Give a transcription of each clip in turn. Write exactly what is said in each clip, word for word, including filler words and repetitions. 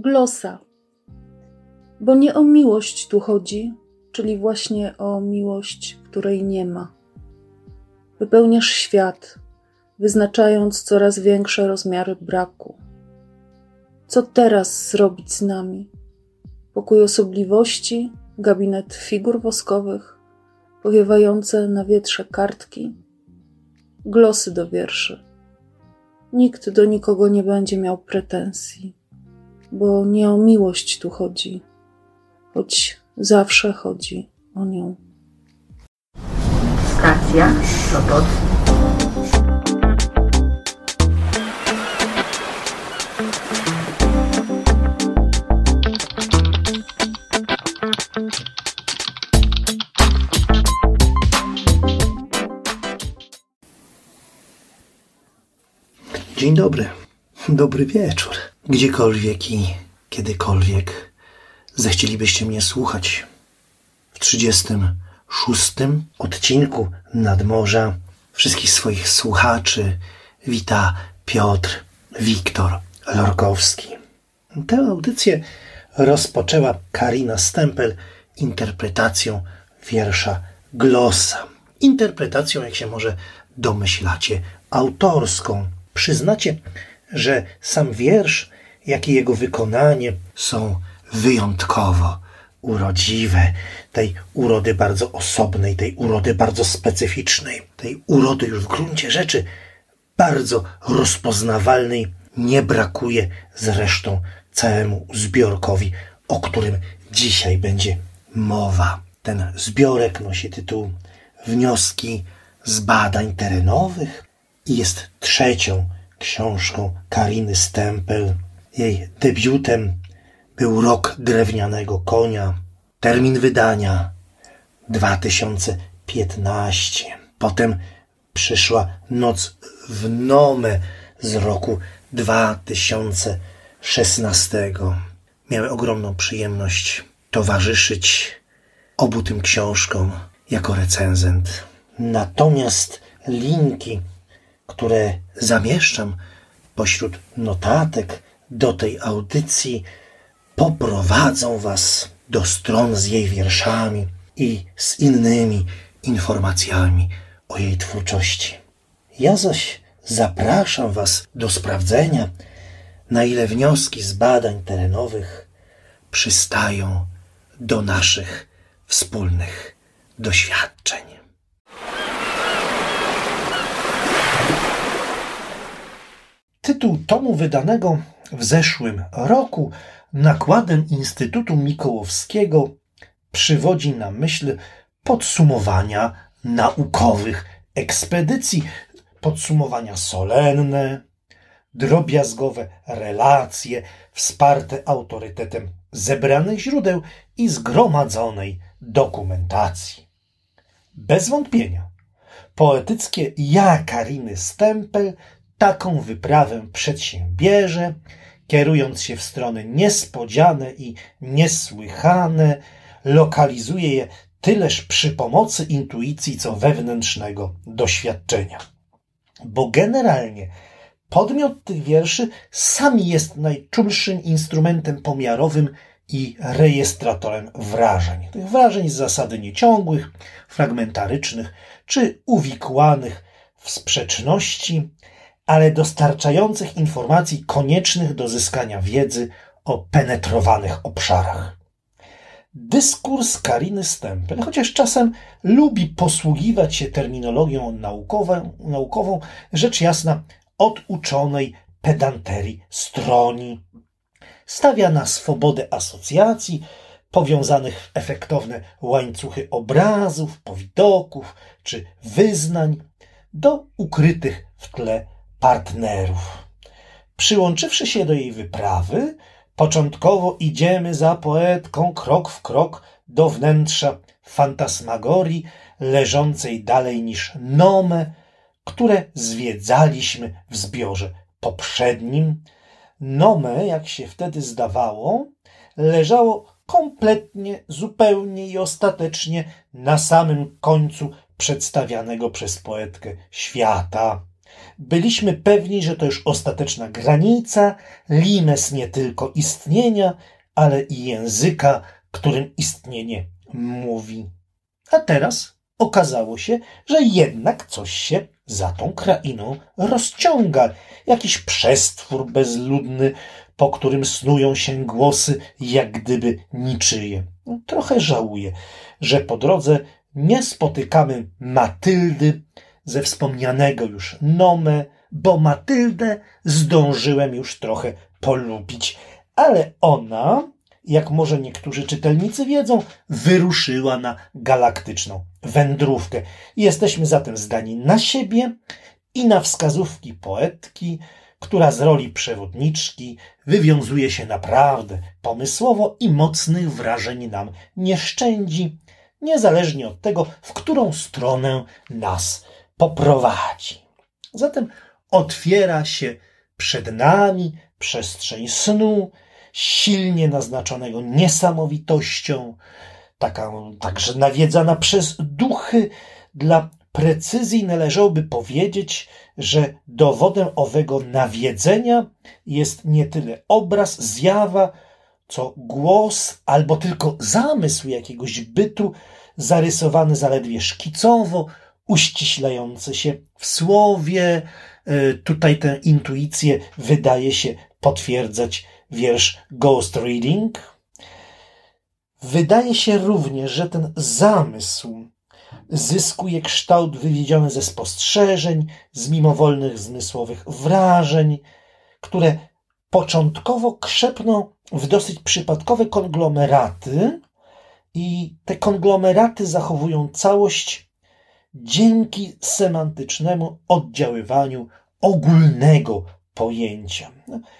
Glosa. Bo nie o miłość tu chodzi, czyli właśnie o miłość, której nie ma. Wypełniasz świat, wyznaczając coraz większe rozmiary braku. Co teraz zrobić z nami? Pokój osobliwości, gabinet figur woskowych, powiewające na wietrze kartki, glosy do wierszy. Nikt do nikogo nie będzie miał pretensji, bo nie o miłość tu chodzi, choć zawsze chodzi o nią. Stacja Sopot. Dzień dobry, dobry wieczór. Gdziekolwiek i kiedykolwiek zechcielibyście mnie słuchać. W trzydziestym szóstym odcinku Nadmorza wszystkich swoich słuchaczy wita Piotr Wiktor Lorkowski. Tę audycję rozpoczęła Karina Stempel interpretacją wiersza Glosa. Interpretacją, jak się może domyślacie, autorską. Przyznacie, że sam wiersz, jak i jego wykonanie są wyjątkowo urodziwe. Tej urody bardzo osobnej, tej urody bardzo specyficznej, tej urody już w gruncie rzeczy bardzo rozpoznawalnej nie brakuje zresztą całemu zbiorkowi, o którym dzisiaj będzie mowa. Ten zbiorek nosi tytuł Wnioski z badań terenowych i jest trzecią książką Kariny Stempel. Jej debiutem był Rok drewnianego konia. Termin wydania dwa tysiące piętnasty. Potem przyszła Noc w Nome z roku dwa tysiące szesnastego. Miałem ogromną przyjemność towarzyszyć obu tym książkom jako recenzent. Natomiast linki, które zamieszczam pośród notatek do tej audycji, poprowadzą was do stron z jej wierszami i z innymi informacjami o jej twórczości. Ja zaś zapraszam was do sprawdzenia, na ile wnioski z badań terenowych przystają do naszych wspólnych doświadczeń. Tytuł tomu wydanego w zeszłym roku nakładem Instytutu Mikołowskiego przywodzi na myśl podsumowania naukowych ekspedycji, podsumowania solenne, drobiazgowe relacje wsparte autorytetem zebranych źródeł i zgromadzonej dokumentacji. Bez wątpienia poetyckie ja Kariny Stempel taką wyprawę przedsiębierze, kierując się w strony niespodziane i niesłychane, lokalizuje je tyleż przy pomocy intuicji, co wewnętrznego doświadczenia. Bo generalnie podmiot tych wierszy sam jest najczulszym instrumentem pomiarowym i rejestratorem wrażeń. Tych wrażeń z zasady nieciągłych, fragmentarycznych czy uwikłanych w sprzeczności, ale dostarczających informacji koniecznych do zyskania wiedzy o penetrowanych obszarach. Dyskurs Kariny Stempel, chociaż czasem lubi posługiwać się terminologią naukową, naukową rzecz jasna oduczonej pedanterii stroni. Stawia na swobodę asocjacji, powiązanych w efektowne łańcuchy obrazów, powidoków czy wyznań do ukrytych w tle partnerów. Przyłączywszy się do jej wyprawy, początkowo idziemy za poetką krok w krok do wnętrza fantasmagorii leżącej dalej niż Nome, które zwiedzaliśmy w zbiorze poprzednim. Nome, jak się wtedy zdawało, leżało kompletnie, zupełnie i ostatecznie na samym końcu przedstawianego przez poetkę świata. Byliśmy pewni, że to już ostateczna granica, limes nie tylko istnienia, ale i języka, którym istnienie mówi. A teraz okazało się, że jednak coś się za tą krainą rozciąga. Jakiś przestwór bezludny, po którym snują się głosy, jak gdyby niczyje. Trochę żałuję, że po drodze nie spotykamy Matyldy ze wspomnianego już Nome, bo Matyldę zdążyłem już trochę polubić, ale ona, jak może niektórzy czytelnicy wiedzą, wyruszyła na galaktyczną wędrówkę. Jesteśmy zatem zdani na siebie i na wskazówki poetki, która z roli przewodniczki wywiązuje się naprawdę pomysłowo i mocnych wrażeń nam nie szczędzi, niezależnie od tego, w którą stronę nas poprowadzi. Zatem otwiera się przed nami przestrzeń snu, silnie naznaczonego niesamowitością, taka także nawiedzana przez duchy. Dla precyzji należałoby powiedzieć, że dowodem owego nawiedzenia jest nie tyle obraz, zjawa, co głos albo tylko zamysł jakiegoś bytu, zarysowany zaledwie szkicowo, uściślający się w słowie. Tutaj tę intuicję wydaje się potwierdzać wiersz Ghost Reading. Wydaje się również, że ten zamysł zyskuje kształt wywiedziony ze spostrzeżeń, z mimowolnych zmysłowych wrażeń, które początkowo krzepną w dosyć przypadkowe konglomeraty i te konglomeraty zachowują całość dzięki semantycznemu oddziaływaniu ogólnego pojęcia.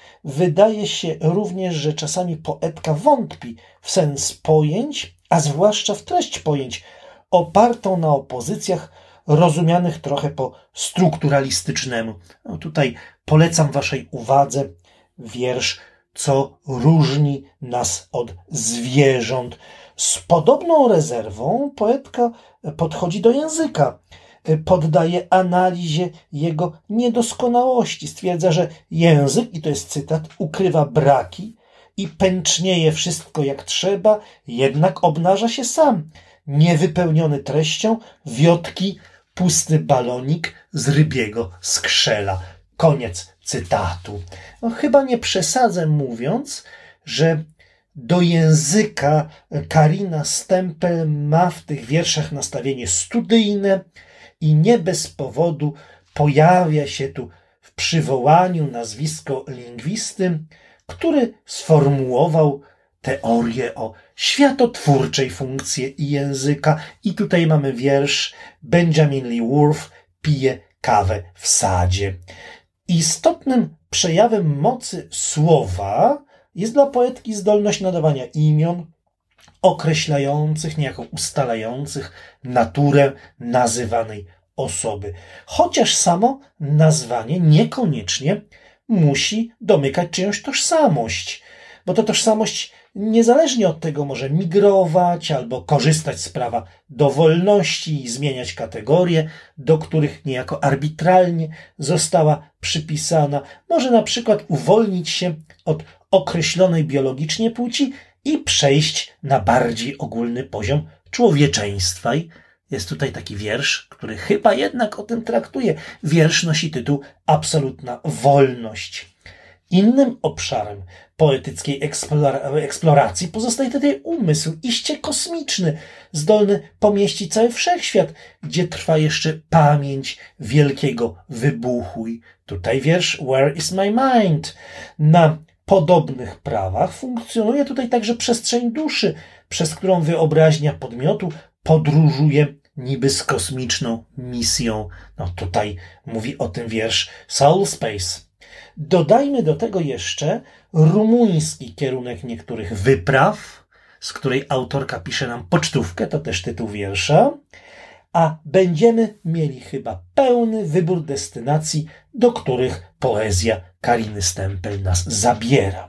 Wydaje się również, że czasami poetka wątpi w sens pojęć, a zwłaszcza w treść pojęć, opartą na opozycjach rozumianych trochę po strukturalistycznemu. No tutaj polecam waszej uwadze wiersz Co różni nas od zwierząt. Z podobną rezerwą poetka podchodzi do języka. Poddaje analizie jego niedoskonałości. Stwierdza, że język, i to jest cytat, ukrywa braki i pęcznieje wszystko jak trzeba, jednak obnaża się sam, niewypełniony treścią, wiotki, pusty balonik z rybiego skrzela. Koniec cytatu. No, chyba nie przesadzę mówiąc, że do języka Karina Stempel ma w tych wierszach nastawienie studyjne i nie bez powodu pojawia się tu w przywołaniu nazwisko lingwisty, który sformułował teorię o światotwórczej funkcji języka. I tutaj mamy wiersz Benjamin Lee Worth pije kawę w sadzie. Istotnym przejawem mocy słowa jest dla poetki zdolność nadawania imion określających, niejako ustalających naturę nazywanej osoby. Chociaż samo nazwanie niekoniecznie musi domykać czyjąś tożsamość, bo to tożsamość niezależnie od tego może migrować albo korzystać z prawa dowolności i zmieniać kategorie, do których niejako arbitralnie została przypisana. Może na przykład uwolnić się od określonej biologicznie płci i przejść na bardziej ogólny poziom człowieczeństwa. I jest tutaj taki wiersz, który chyba jednak o tym traktuje. Wiersz nosi tytuł Absolutna wolność. Innym obszarem poetyckiej eksploracji pozostaje tutaj umysł, iście kosmiczny, zdolny pomieścić cały wszechświat, gdzie trwa jeszcze pamięć wielkiego wybuchu. I tutaj wiersz Where is my mind? Na podobnych prawach funkcjonuje tutaj także przestrzeń duszy, przez którą wyobraźnia podmiotu podróżuje niby z kosmiczną misją. No tutaj mówi o tym wiersz Soul Space. Dodajmy do tego jeszcze rumuński kierunek niektórych wypraw, z której autorka pisze nam pocztówkę, to też tytuł wiersza, a będziemy mieli chyba pełny wybór destynacji, do których poezja Kariny Stempel nas zabiera.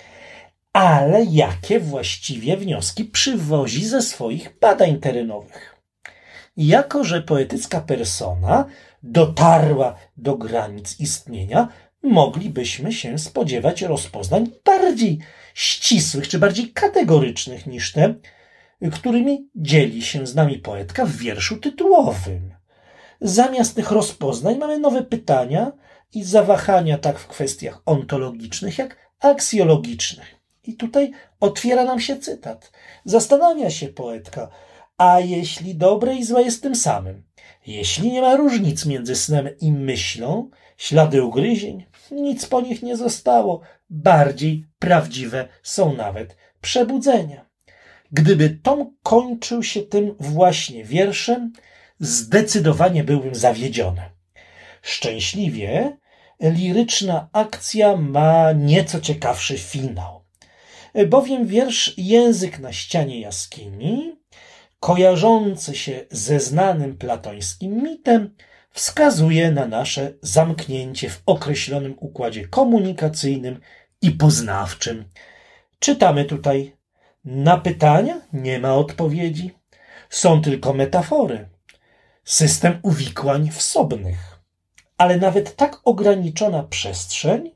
Ale jakie właściwie wnioski przywozi ze swoich badań terenowych? jako że poetycka persona dotarła do granic istnienia, moglibyśmy się spodziewać rozpoznań bardziej ścisłych czy bardziej kategorycznych niż te, którymi dzieli się z nami poetka w wierszu tytułowym. Zamiast tych rozpoznań mamy nowe pytania i zawahania tak w kwestiach ontologicznych, jak aksjologicznych. I tutaj otwiera nam się cytat. Zastanawia się poetka, a jeśli dobre i złe jest tym samym? Jeśli nie ma różnic między snem i myślą, ślady ugryzień, nic po nich nie zostało. Bardziej prawdziwe są nawet przebudzenia. Gdyby tom kończył się tym właśnie wierszem, zdecydowanie byłbym zawiedziony. Szczęśliwie liryczna akcja ma nieco ciekawszy finał, bowiem wiersz Język na ścianie jaskini, kojarzący się ze znanym platońskim mitem, wskazuje na nasze zamknięcie w określonym układzie komunikacyjnym i poznawczym. Czytamy tutaj: na pytania nie ma odpowiedzi, są tylko metafory, system uwikłań wsobnych. Ale nawet tak ograniczona przestrzeń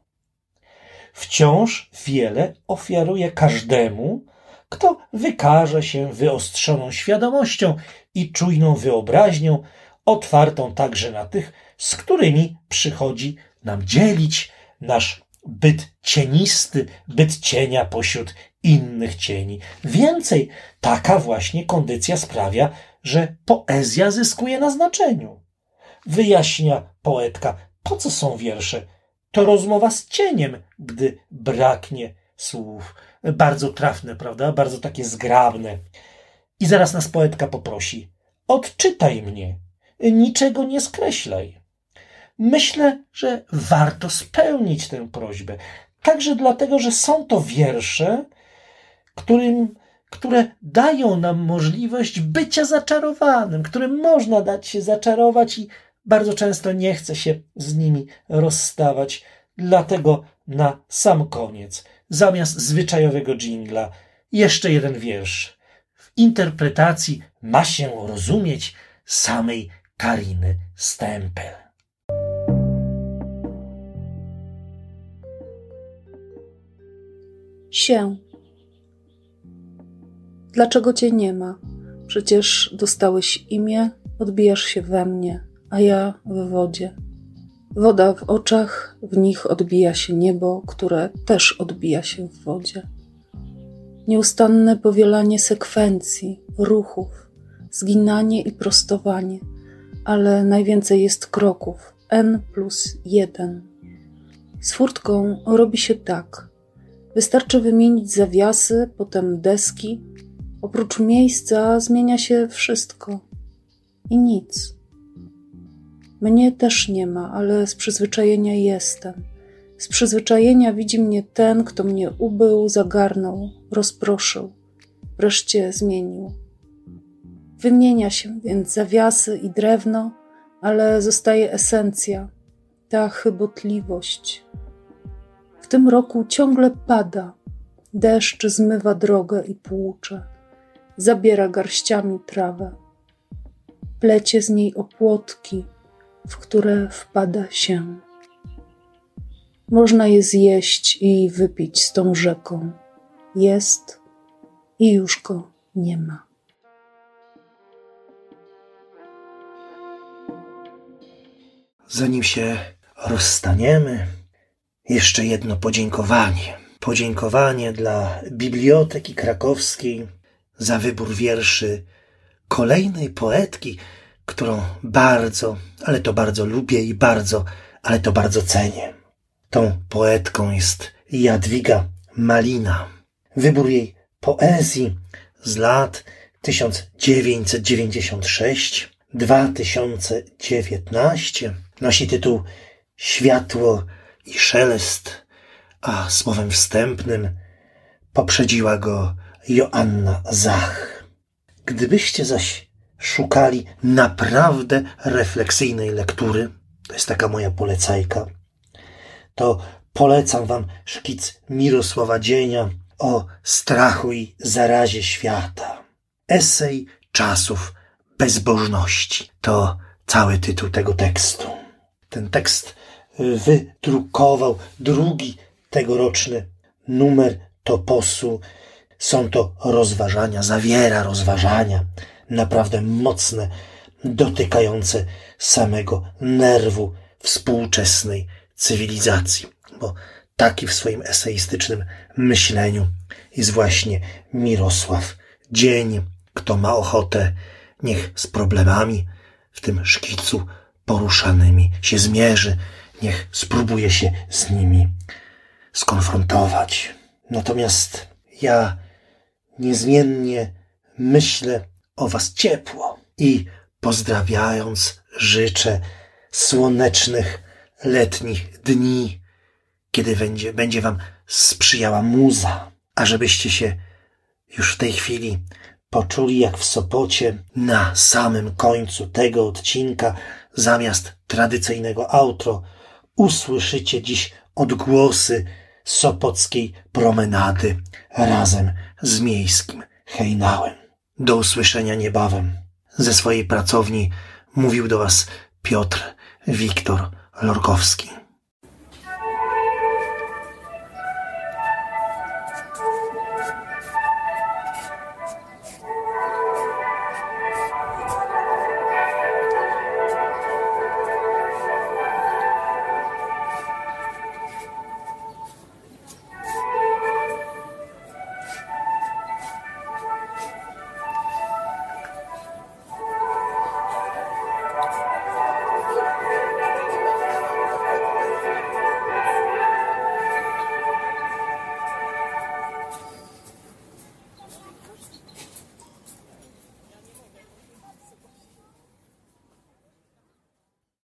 wciąż wiele ofiaruje każdemu, kto wykaże się wyostrzoną świadomością i czujną wyobraźnią, otwartą także na tych, z którymi przychodzi nam dzielić nasz byt cienisty, byt cienia pośród innych cieni. Więcej, taka właśnie kondycja sprawia, że poezja zyskuje na znaczeniu. Wyjaśnia poetka, po co są wiersze. To rozmowa z cieniem, gdy braknie słów. Bardzo trafne, prawda? Bardzo takie zgrabne. I zaraz nas poetka poprosi: odczytaj mnie, niczego nie skreślaj. Myślę, że warto spełnić tę prośbę. Także dlatego, że są to wiersze, którym, które dają nam możliwość bycia zaczarowanym, którym można dać się zaczarować i bardzo często nie chce się z nimi rozstawać. Dlatego na sam koniec, zamiast zwyczajowego dżingla, jeszcze jeden wiersz. W interpretacji ma się rozumieć samej Kariny Stempel. Się. Dlaczego cię nie ma? Przecież dostałeś imię, odbijasz się we mnie, a ja w wodzie. Woda w oczach, w nich odbija się niebo, które też odbija się w wodzie. Nieustanne powielanie sekwencji, ruchów, zginanie i prostowanie, ale najwięcej jest kroków, n plus jeden. Z furtką robi się tak. Wystarczy wymienić zawiasy, potem deski. Oprócz miejsca zmienia się wszystko i nic. Mnie też nie ma, ale z przyzwyczajenia jestem. Z przyzwyczajenia widzi mnie ten, kto mnie ubył, zagarnął, rozproszył, wreszcie zmienił. Wymienia się więc zawiasy i drewno, ale zostaje esencja, ta chybotliwość. W tym roku ciągle pada, deszcz zmywa drogę i płucze, zabiera garściami trawę, plecie z niej opłotki, w które wpada się. Można je zjeść i wypić z tą rzeką. Jest i już go nie ma. Zanim się rozstaniemy, jeszcze jedno podziękowanie. Podziękowanie dla Biblioteki Krakowskiej za wybór wierszy kolejnej poetki, którą bardzo, ale to bardzo lubię i bardzo, ale to bardzo cenię. Tą poetką jest Jadwiga Malina. Wybór jej poezji z lat tysiąc dziewięćset dziewięćdziesiąt sześć do dwa tysiące dziewiętnaście nosi tytuł Światło i szelest, a słowem wstępnym poprzedziła go Joanna Zach. Gdybyście zaś szukali naprawdę refleksyjnej lektury, to jest taka moja polecajka, to polecam wam szkic Mirosława Dzienia o strachu i zarazie świata. Esej czasów bezbożności. To cały tytuł tego tekstu. Ten tekst wydrukował drugi tegoroczny numer Toposu. Są to rozważania, zawiera rozważania naprawdę mocne, dotykające samego nerwu współczesnej cywilizacji. Bo taki w swoim eseistycznym myśleniu jest właśnie Mirosław Dzień. Kto ma ochotę, niech z problemami w tym szkicu poruszanymi się zmierzy, niech spróbuje się z nimi skonfrontować. Natomiast ja niezmiennie myślę o was ciepło i pozdrawiając życzę słonecznych letnich dni, kiedy będzie, będzie wam sprzyjała muza, a żebyście się już w tej chwili poczuli jak w Sopocie. Na samym końcu tego odcinka zamiast tradycyjnego outro usłyszycie dziś odgłosy sopockiej promenady razem z miejskim hejnałem. Do usłyszenia niebawem. Ze swojej pracowni mówił do was Piotr Wiktor Lorkowski.